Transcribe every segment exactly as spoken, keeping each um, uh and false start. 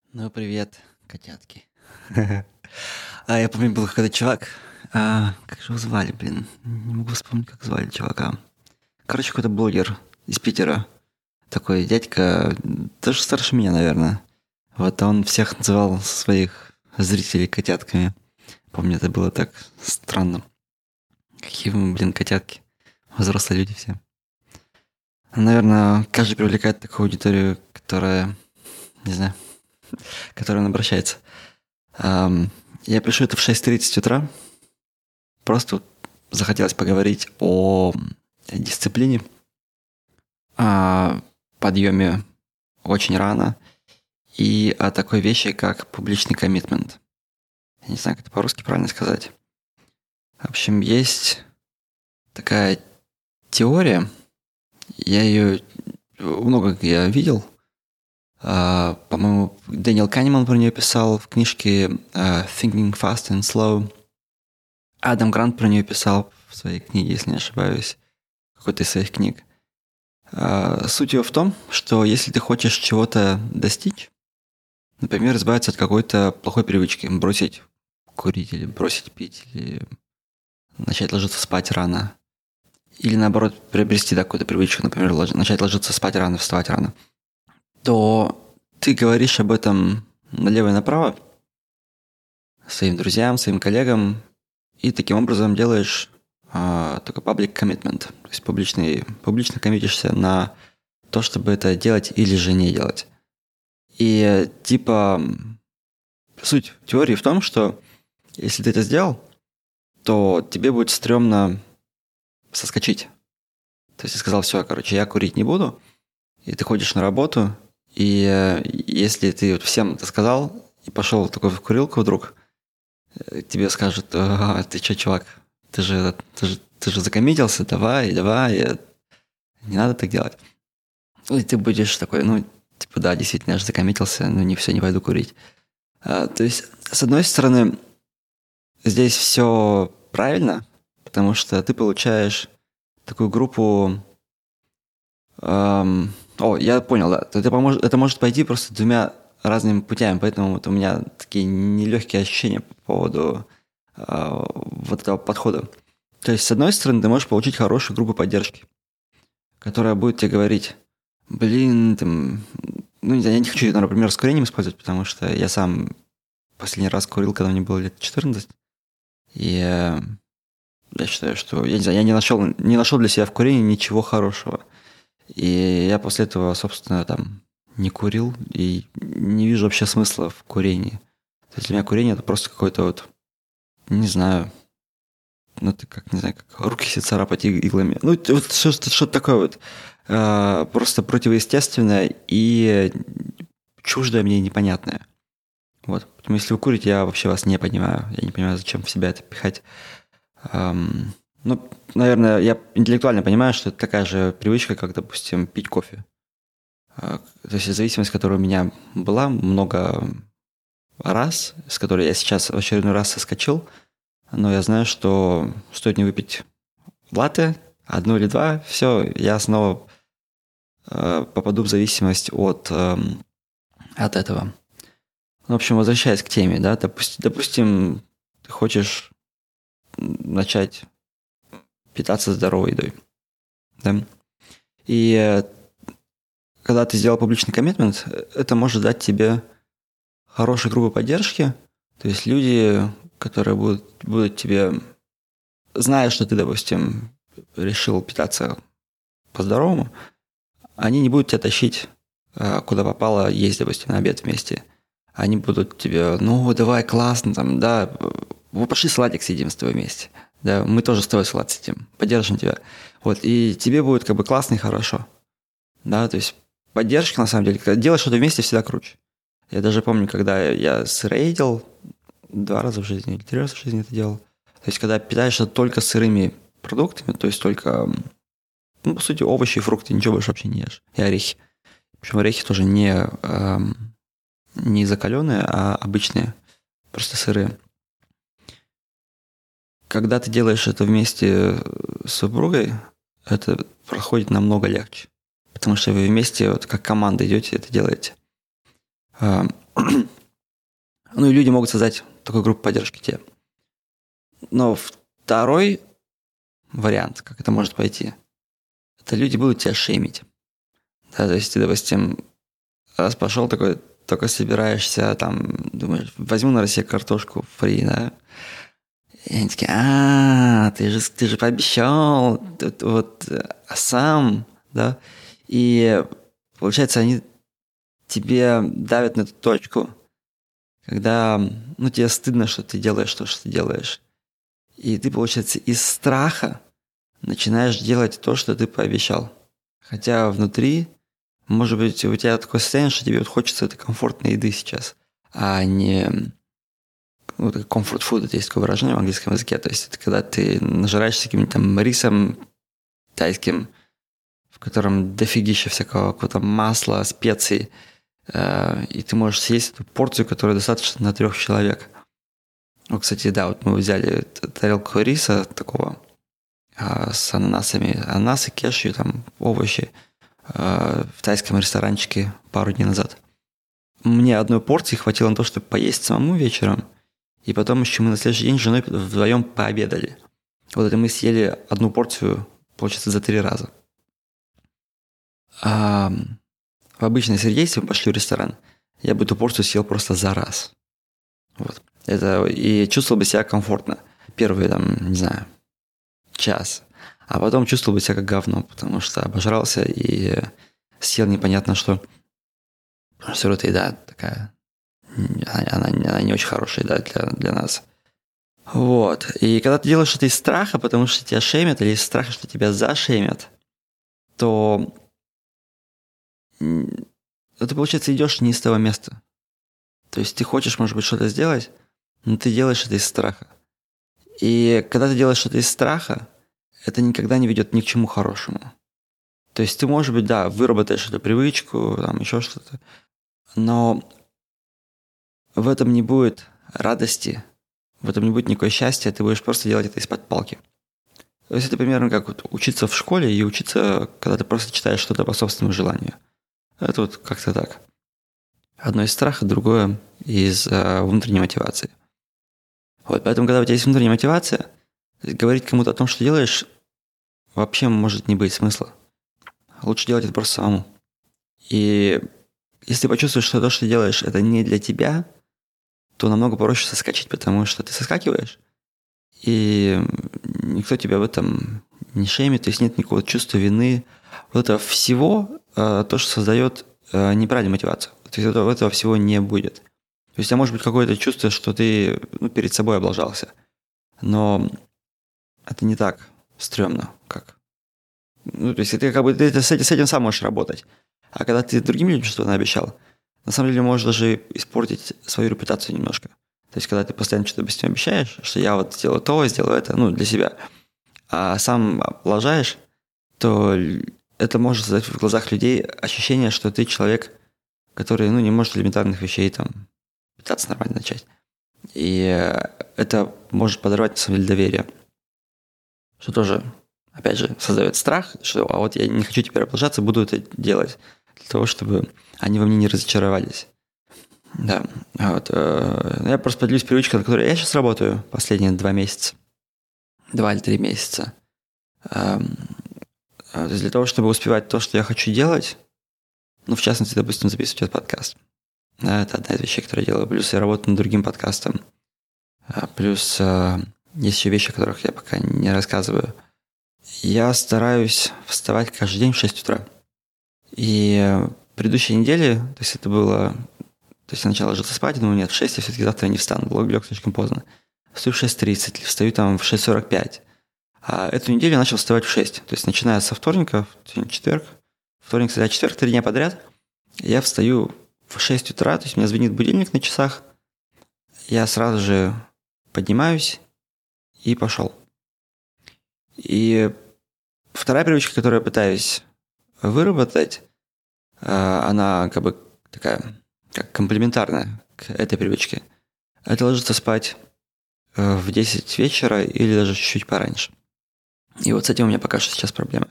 Ну, привет, котятки. А я помню, был какой-то чувак. а, Как же его звали, блин? Не могу вспомнить, как звали чувака. Короче, какой-то блогер из Питера. Такой дядька, даже старше меня, наверное. Вот он всех называл своих зрителей котятками. Помню, это было так странно. Какие мы, блин, котятки. Взрослые люди все. Наверное, каждый привлекает такую аудиторию, которая, не знаю, к которой он обращается. Ам, Я пишу это в шесть тридцать утра. Просто захотелось поговорить о дисциплине, о подъеме очень рано и о такой вещи, как публичный коммитмент. Я не знаю, как это по-русски правильно сказать. В общем, есть такая теория, я ее много где я видел. А, по-моему, Дэниел Канеман про нее писал в книжке а, Thinking Fast and Slow. Адам Грант про нее писал в своей книге, если не ошибаюсь, какой-то из своих книг. А, Суть ее в том, что если ты хочешь чего-то достичь, например, избавиться от какой-то плохой привычки, бросить курить или бросить пить, или начать ложиться спать рано, или наоборот приобрести такую-то привычку, например, лож- начать ложиться спать рано, вставать рано, то ты говоришь об этом налево и направо своим друзьям, своим коллегам, и таким образом делаешь а, такой public commitment, то есть публичный, публично коммитишься на то, чтобы это делать или же не делать. И э, типа суть теории в том, что если ты это сделал, то тебе будет стрёмно соскочить. То есть ты сказал, все, короче, я курить не буду, и ты ходишь на работу, и э, если ты вот всем это сказал, и пошел такой в курилку вдруг, э, тебе скажут: «А, ты что, чувак, ты же, ты же, ты же закоммитился, давай, давай, э, не надо так делать». И ты будешь такой, ну, типа, да, действительно, я же закоммитился, ну, не все, не пойду курить. А, то есть, с одной стороны, здесь все правильно, потому что ты получаешь такую группу. эм, О, я понял, да. Это, помож- это может пойти просто двумя разными путями, поэтому вот у меня такие нелегкие ощущения по поводу э, вот этого подхода. То есть, с одной стороны, ты можешь получить хорошую группу поддержки, которая будет тебе говорить: блин, там, ну, не знаю, я не хочу это, например, с курением использовать, потому что я сам последний раз курил, когда мне было лет четырнадцать, и э, я считаю, что, я не знаю, я не нашел, не нашел для себя в курении ничего хорошего. И я после этого, собственно, там не курил и не вижу вообще смысла в курении. То есть для меня курение это просто какой-то вот, не знаю, ну ты как, не знаю, как руки себе царапать иг- иглами. Ну, это вот что-то, что-то такое вот э, просто противоестественное и чуждое мне и непонятное. Вот. Поэтому если вы курите, я вообще вас не понимаю. Я не понимаю, зачем в себя это пихать. Ам, ну, наверное, я интеллектуально понимаю, что это такая же привычка, как, допустим, пить кофе. А, То есть зависимость, которая у меня была много раз, с которой я сейчас в очередной раз соскочил, но я знаю, что стоит мне выпить латте, одно или два, все, я снова э, попаду в зависимость от, эм, от этого. Ну, в общем, возвращаясь к теме, да, допустим, допустим, ты хочешь начать питаться здоровой едой, да, и э, когда ты сделал публичный коммитмент, это может дать тебе хорошую группу поддержки, то есть люди, которые будут, будут тебе, зная, что ты, допустим, решил питаться по-здоровому, они не будут тебя тащить э, куда попало есть, допустим, на обед вместе. Они будут тебе: ну, давай, классно, там, да, вот пошли салатик съедим с тобой вместе. Да, мы тоже с тобой салат съедим, поддержим тебя. Вот, и тебе будет как бы классно и хорошо. Да, то есть поддержка, на самом деле, когда делаешь что-то вместе, всегда круче. Я даже помню, когда я сырейдил, два раза в жизни или три раза в жизни это делал. То есть, когда питаешься только сырыми продуктами, то есть только, ну, по сути, овощи и фрукты, ничего больше вообще не ешь. И орехи. Причем орехи тоже не, эм, не закаленные, а обычные, просто сырые. Когда ты делаешь это вместе с супругой, это проходит намного легче. Потому что вы вместе, вот как команда идете, это делаете. Эм, Ну и люди могут создать такую группу поддержки тебе. Но второй вариант, как это может пойти, это люди будут тебя шеймить. Да, то есть ты, допустим, раз пошел такой, только собираешься, там, думаешь, возьму на Россию картошку фри, да, и они такие, а, ты же, ты же пообещал, тут вот, а сам, да, и получается, они тебе давят на эту точку, когда, ну, тебе стыдно, что ты делаешь то, что ты делаешь. И ты, получается, из страха начинаешь делать то, что ты пообещал. Хотя внутри, может быть, у тебя такое состояние, что тебе вот хочется этой комфортной еды сейчас, а не... Ну, comfort food, это есть такое выражение в английском языке. То есть это когда ты нажираешься каким-нибудь там рисом тайским, в котором дофигища всякого какого-то масла, специй, и ты можешь съесть эту порцию, которая достаточно на трех человек. Ну, кстати, да, вот мы взяли тарелку риса такого с ананасами, ананасы, кешью, там, овощи в тайском ресторанчике пару дней назад. Мне одной порции хватило на то, чтобы поесть самому вечером, и потом еще мы на следующий день с женой вдвоем пообедали. Вот это мы съели одну порцию, получается, за три раза. А в обычной среде, если мы пошли в ресторан, я бы эту порцию съел просто за раз. Вот. Это, и чувствовал бы себя комфортно. Первый, там, не знаю, час. А потом чувствовал бы себя как говно, потому что обожрался и съел непонятно что. Потому что эта еда такая, она, она не очень хорошая еда для, для нас. Вот. И когда ты делаешь это из страха, потому что тебя шеймят, или из страха, что тебя зашеймят, то ты, получается, идешь не из того места. То есть ты хочешь, может быть, что-то сделать, но ты делаешь это из страха. И когда ты делаешь это из страха, это никогда не ведет ни к чему хорошему. То есть ты, может быть, да, выработаешь эту привычку, там еще что-то, но в этом не будет радости, в этом не будет никакого счастья, ты будешь просто делать это из-под палки. То есть это примерно как вот учиться в школе и учиться, когда ты просто читаешь что-то по собственному желанию. Это вот как-то так. Одно из страха, другое из э, внутренней мотивации. Вот, поэтому, когда у тебя есть внутренняя мотивация, говорить кому-то о том, что делаешь, вообще может не быть смысла. Лучше делать это просто самому. И если ты почувствуешь, что то, что ты делаешь, это не для тебя, то намного проще соскочить, потому что ты соскакиваешь, и никто тебя в этом не шеймит, то есть нет никакого чувства вины. Вот это всего э, то, что создает э, неправильную мотивацию. То есть этого, этого всего не будет. То есть у тебя может быть какое-то чувство, что ты ну, перед собой облажался. Но это не так стрёмно, как... Ну, то есть ты как бы ты с этим, с этим сам можешь работать. А когда ты другим людям что-то наобещал, на самом деле можешь даже испортить свою репутацию немножко. То есть когда ты постоянно что-то допустим, обещаешь, что я вот сделаю то, сделаю это, ну, для себя, а сам облажаешь, то это может создать в глазах людей ощущение, что ты человек, который, ну, не может элементарных вещей там питаться нормально начать. И это может подорвать, на самом деле, доверие. Что тоже, опять же, создает страх, что а вот я не хочу теперь облажаться, буду это делать для того, чтобы они во мне не разочаровались. Да, вот. Э, я просто поделюсь привычкой, на которой я сейчас работаю последние два месяца. Два или три месяца. Э, то есть для того, чтобы успевать то, что я хочу делать, ну, в частности, допустим, записывать этот подкаст. Да, это одна из вещей, которые я делаю. Плюс я работаю над другим подкастом. Плюс э, есть еще вещи, о которых я пока не рассказываю. Я стараюсь вставать каждый день в шесть утра. И в предыдущей неделе, то есть это было... То есть я сначала ложился спать, думаю, нет, в шесть я все-таки завтра не встану, блог лег слишком поздно. Встаю в шесть тридцать, встаю там в шесть сорок пять. А эту неделю я начал вставать в шесть. То есть начиная со вторника, четверг, вторник, среда, четверг, три дня подряд, я встаю в шесть утра, то есть у меня звонит будильник на часах, я сразу же поднимаюсь и пошел. И вторая привычка, которую я пытаюсь выработать, она как бы такая... как комплементарная к этой привычке, это ложиться спать в десять вечера или даже чуть-чуть пораньше. И вот с этим у меня пока что сейчас проблема.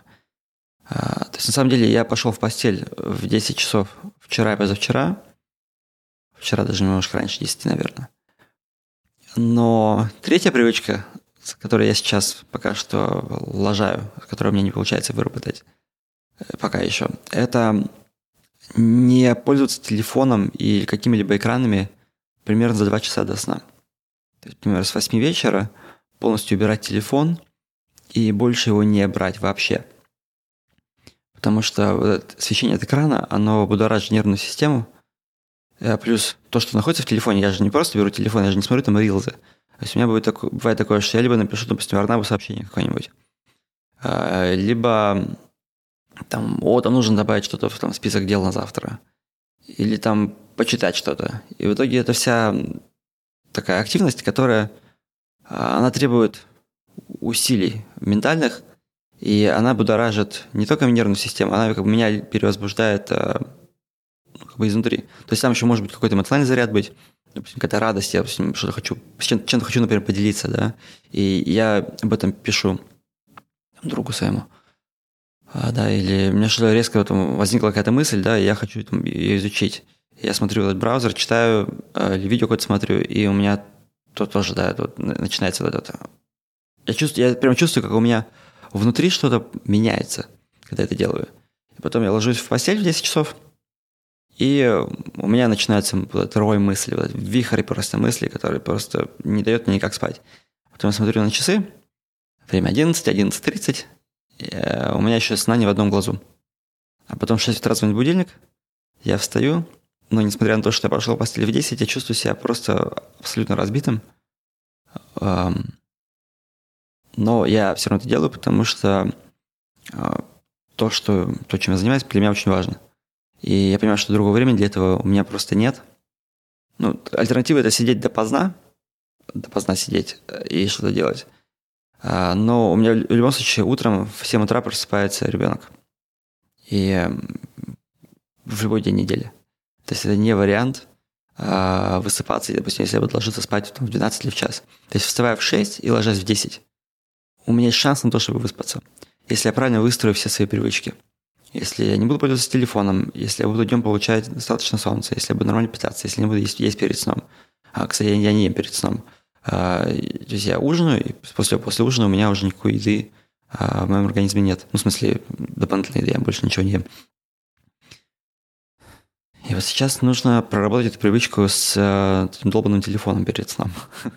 То есть, на самом деле, я пошел в постель в десять часов вчера и позавчера, Вчера даже немножко раньше десяти, наверное. Но третья привычка, с которой я сейчас пока что лажаю, которую мне не получается выработать пока еще, это не пользоваться телефоном или какими-либо экранами примерно за два часа до сна. То есть, например, с восьми вечера полностью убирать телефон и больше его не брать вообще. Потому что вот это свечение от экрана, оно будоражит нервную систему. Плюс то, что находится в телефоне, я же не просто беру телефон, я же не смотрю там рилзы. То есть у меня бывает такое, бывает такое, что я либо напишу, допустим, Арнабу сообщение какое-нибудь, либо там, о, там нужно добавить что-то в там, список дел на завтра. Или там почитать что-то. И в итоге это вся такая активность, которая, она требует усилий ментальных, и она будоражит не только нервную систему, она как бы меня перевозбуждает ну, как бы изнутри. То есть там еще может быть какой-то эмоциональный заряд быть, допустим, какая-то радость, я допустим, что-то хочу, с чем- чем-то хочу, например, поделиться, да, и я об этом пишу другу своему. А, да, или у меня что-то резко вот, возникла какая-то мысль, да, и я хочу там, ее изучить. Я смотрю в этот браузер, читаю, или видео какое-то смотрю, и у меня то тоже, да, вот, начинается вот это. Я, чувствую, я прям чувствую, как у меня внутри что-то меняется, когда я это делаю. И потом я ложусь в постель в десять часов, и у меня начинается вот этот рой мыслей, вот этот вихрь просто мыслей, который просто не дает мне никак спать. Потом я смотрю на часы, время одиннадцать, одиннадцать тридцать, у меня еще сна не в одном глазу. А потом в шесть утра звонит будильник, я встаю, но несмотря на то, что я пошел в постель в десять, я чувствую себя просто абсолютно разбитым. Но я все равно это делаю, потому что то, что, то, чем я занимаюсь, для меня очень важно. И я понимаю, что другого времени для этого у меня просто нет. Ну, альтернатива – это сидеть допоздна, допоздна сидеть и что-то делать. Но у меня в любом случае утром в семь утра просыпается ребенок. И в любой день недели. То есть это не вариант высыпаться, допустим, если я буду ложиться спать в двенадцать или в час. То есть вставая в шесть и ложась в десять, у меня есть шанс на то, чтобы выспаться. Если я правильно выстрою все свои привычки. Если я не буду пользоваться телефоном, если я буду днем получать достаточно солнца, если я буду нормально питаться, если не буду есть, есть перед сном. А, кстати, я не ем перед сном. А, то есть я ужинаю, и после, после ужина у меня уже никакой еды а, в моем организме нет. Ну, в смысле, дополнительной еды, я больше ничего не ем. И вот сейчас нужно проработать эту привычку с э, этим долбанным телефоном перед сном.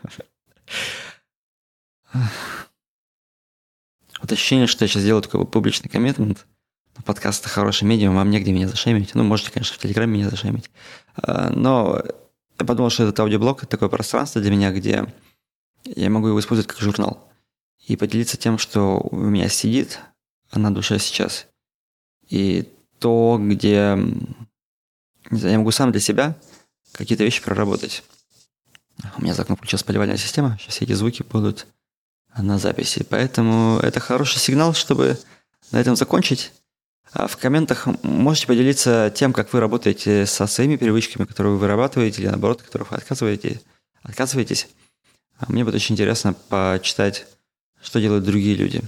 Вот ощущение, что я сейчас делаю такой публичный коммитмент. Подкаст – это хороший медиум, вам негде меня зашемить. Ну, можете, конечно, в Телеграме меня зашемить. Но я подумал, что этот аудиоблог – это такое пространство для меня, где я могу его использовать как журнал и поделиться тем, что у меня сидит на душе сейчас. И то, где не знаю, я могу сам для себя какие-то вещи проработать. У меня за окном включилась поливальная система. Сейчас все эти звуки будут на записи. Поэтому это хороший сигнал, чтобы на этом закончить. А в комментах можете поделиться тем, как вы работаете со своими привычками, которые вы вырабатываете, или наоборот, которых вы отказываете, отказываетесь. Мне будет очень интересно почитать, что делают другие люди.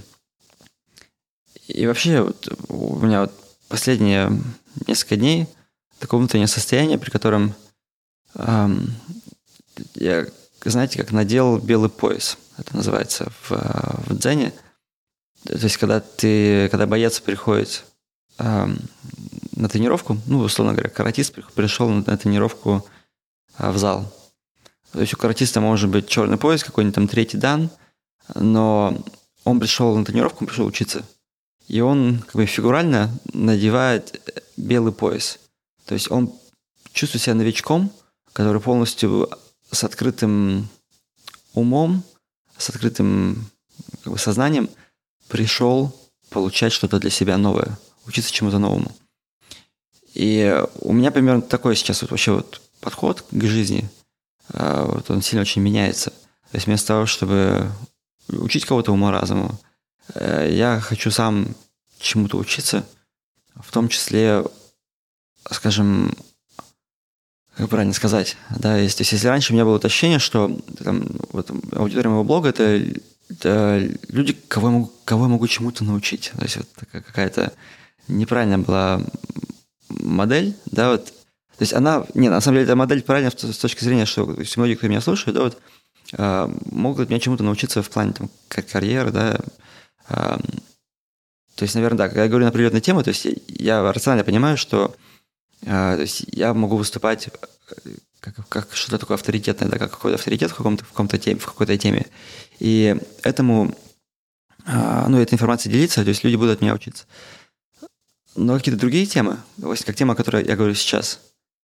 И вообще, вот, у меня вот последние несколько дней такое внутреннее состояние, при котором эм, я, знаете, как надел белый пояс. Это называется в, в дзене. То есть, когда ты, когда боец приходит э, на тренировку, ну, условно говоря, каратист пришел на, на тренировку э, в зал. То есть у каратиста может быть черный пояс, какой-нибудь там третий дан, но он пришел на тренировку, он пришел учиться. И он как бы фигурально надевает белый пояс. То есть он чувствует себя новичком, который полностью с открытым умом, с открытым как бы, сознанием пришел получать что-то для себя новое, учиться чему-то новому. И у меня примерно такой сейчас вот вообще вот подход к жизни, вот он сильно очень меняется. То есть вместо того, чтобы учить кого-то уму-разуму, я хочу сам чему-то учиться, в том числе, скажем, как правильно сказать, да, есть, то есть если раньше у меня было вот ощущение, что там, вот, аудитория моего блога это, это люди, кого я, могу, кого я могу чему-то научить. То есть вот такая какая-то неправильная была модель, да, вот. То То есть она, не, на самом деле, эта модель правильная с точки зрения, что то есть многие, кто меня слушает, да, вот, э, могут меня чему-то научиться в плане там, как карьеры, да. Э, то есть, наверное, да, когда я говорю на определенные темы, то есть я рационально понимаю, что э, то есть я могу выступать как, как что-то такое авторитетное, да, как какой-то авторитет в, каком-то, в, каком-то теме, в какой-то теме. И этому, э, ну, этой информацией делиться, то есть люди будут от меня учиться. Но какие-то другие темы, как тема, о которой я говорю сейчас,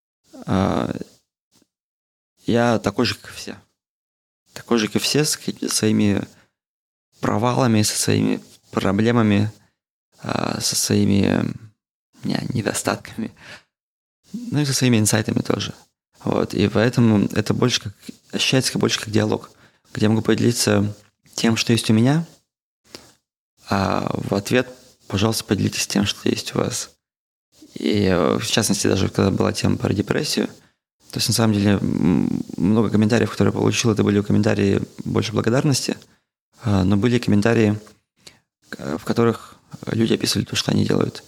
я такой же, как и все. Такой же, как и все, с своими провалами, со своими проблемами, со своими не, недостатками, ну и со своими инсайтами тоже. Вот. И поэтому это больше как, ощущается больше как диалог, где я могу поделиться тем, что есть у меня, а в ответ, пожалуйста, поделитесь тем, что есть у вас. И в частности, даже когда была тема про депрессию, то есть, на самом деле, много комментариев, которые я получил, это были комментарии больше благодарности, но были комментарии, в которых люди описывали то, что они делают.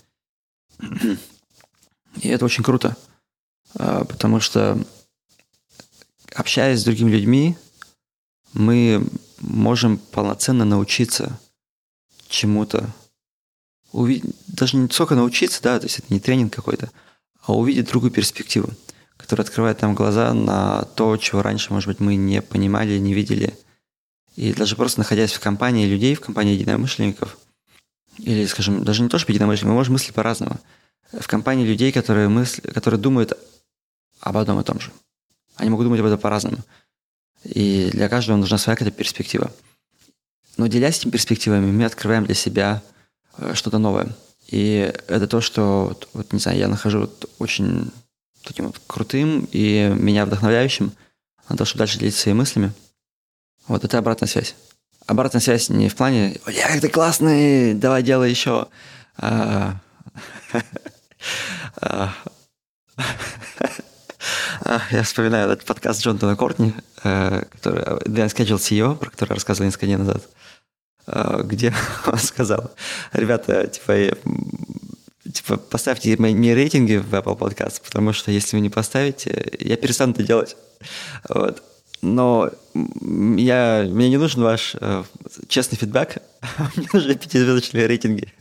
И это очень круто, потому что, общаясь с другими людьми, мы можем полноценно научиться чему-то. Увидеть, даже не только научиться, да, то есть это не тренинг какой-то, а увидеть другую перспективу, который открывает нам глаза на то, чего раньше, может быть, мы не понимали, не видели. И даже просто находясь в компании людей, в компании единомышленников, или, скажем, даже не то, что единомышленников, мы можем мыслить по-разному. В компании людей, которые, мысли, которые думают об одном и том же. Они могут думать об этом по-разному. И для каждого нужна своя какая-то перспектива. Но делясь этими перспективами, мы открываем для себя что-то новое. И это то, что, вот, не знаю, я нахожу вот очень таким вот крутым и меня вдохновляющим на то, чтобы дальше делиться своими мыслями. Вот это обратная связь. Обратная связь не в плане «Ой, как ты классный, давай делай еще». А, я вспоминаю этот подкаст Джонатана Кортни, который The Unscheduled си и о, про который я рассказывал несколько дней назад, где он сказал: ребята, типа, типа поставьте мне рейтинги в Apple Podcast, потому что если вы не поставите, я перестану это делать. Вот. Но я, мне не нужен ваш э, честный фидбэк, мне нужны пятизвездочные рейтинги.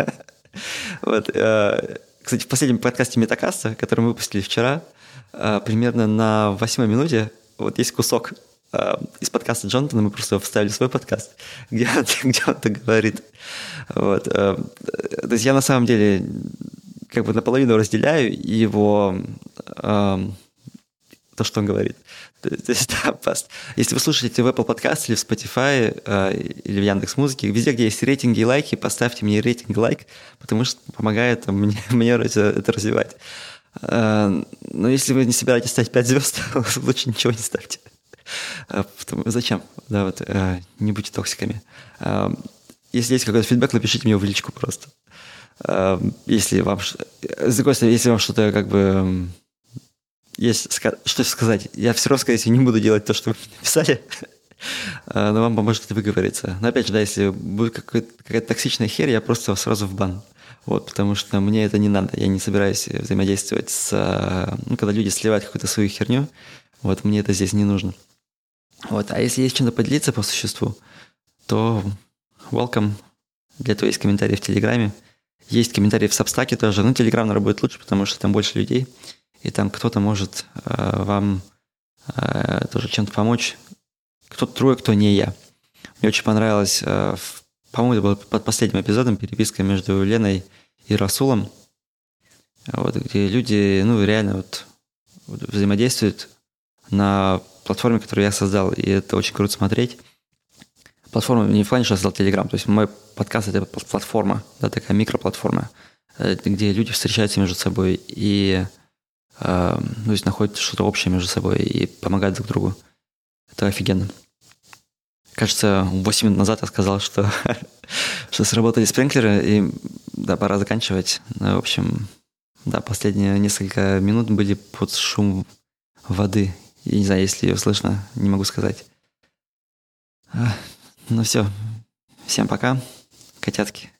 Вот. Э, кстати, в последнем подкасте Метакаста, который мы выпустили вчера, э, примерно на восьмой минуте вот есть кусок э, из подкаста Джонатана, мы просто вставили свой подкаст, где он, где он это говорит. Вот. Э, то есть я на самом деле как бы наполовину разделяю его э, то, что он говорит. То есть, да, если вы слушаете в Apple Podcast или в Spotify э, или в Яндекс.Музыке, везде, где есть рейтинги и лайки, поставьте мне рейтинг и лайк, потому что помогает мне, мне это, это развивать. Э, но если вы не собираетесь ставить пять звезд, лучше ничего не ставьте. Э, потому, зачем? Да, вот, э, не будьте токсиками. Э, если есть какой-то фидбэк, напишите мне в личку просто. Э, если вам, с другой стороны, если вам что-то как бы... Есть что сказать. Я все равно, скорее всего, не буду делать то, что вы написали, но вам поможет это выговориться. Но опять же, да, если будет какая-то токсичная херь, я просто сразу в бан. Вот, потому что мне это не надо. Я не собираюсь взаимодействовать с... Ну, когда люди сливают какую-то свою херню, вот, мне это здесь не нужно. Вот, а если есть чем-то поделиться по существу, то welcome. Для этого есть комментарии в Телеграме. Есть комментарии в Сабстаке тоже. Ну, Телеграм, наверное, будет лучше, потому что там больше людей. И там кто-то может э, вам э, тоже чем-то помочь. Кто-то другой, кто не я. Мне очень понравилось, э, в, по-моему, это было под последним эпизодом, переписка между Леной и Расулом, вот, где люди, ну, реально вот, вот взаимодействуют на платформе, которую я создал, и это очень круто смотреть. Платформа не в плане, что я создал Telegram, то есть мой подкаст – это платформа, да, такая микроплатформа, где люди встречаются между собой и ну, то есть находят что-то общее между собой и помогают друг другу. Это офигенно. Кажется, восемь минут назад я сказал, что, что сработали спринклеры, и да, пора заканчивать. Ну, в общем, да, последние несколько минут были под шум воды. Я не знаю, если ее слышно, не могу сказать. Ну все, всем пока, котятки.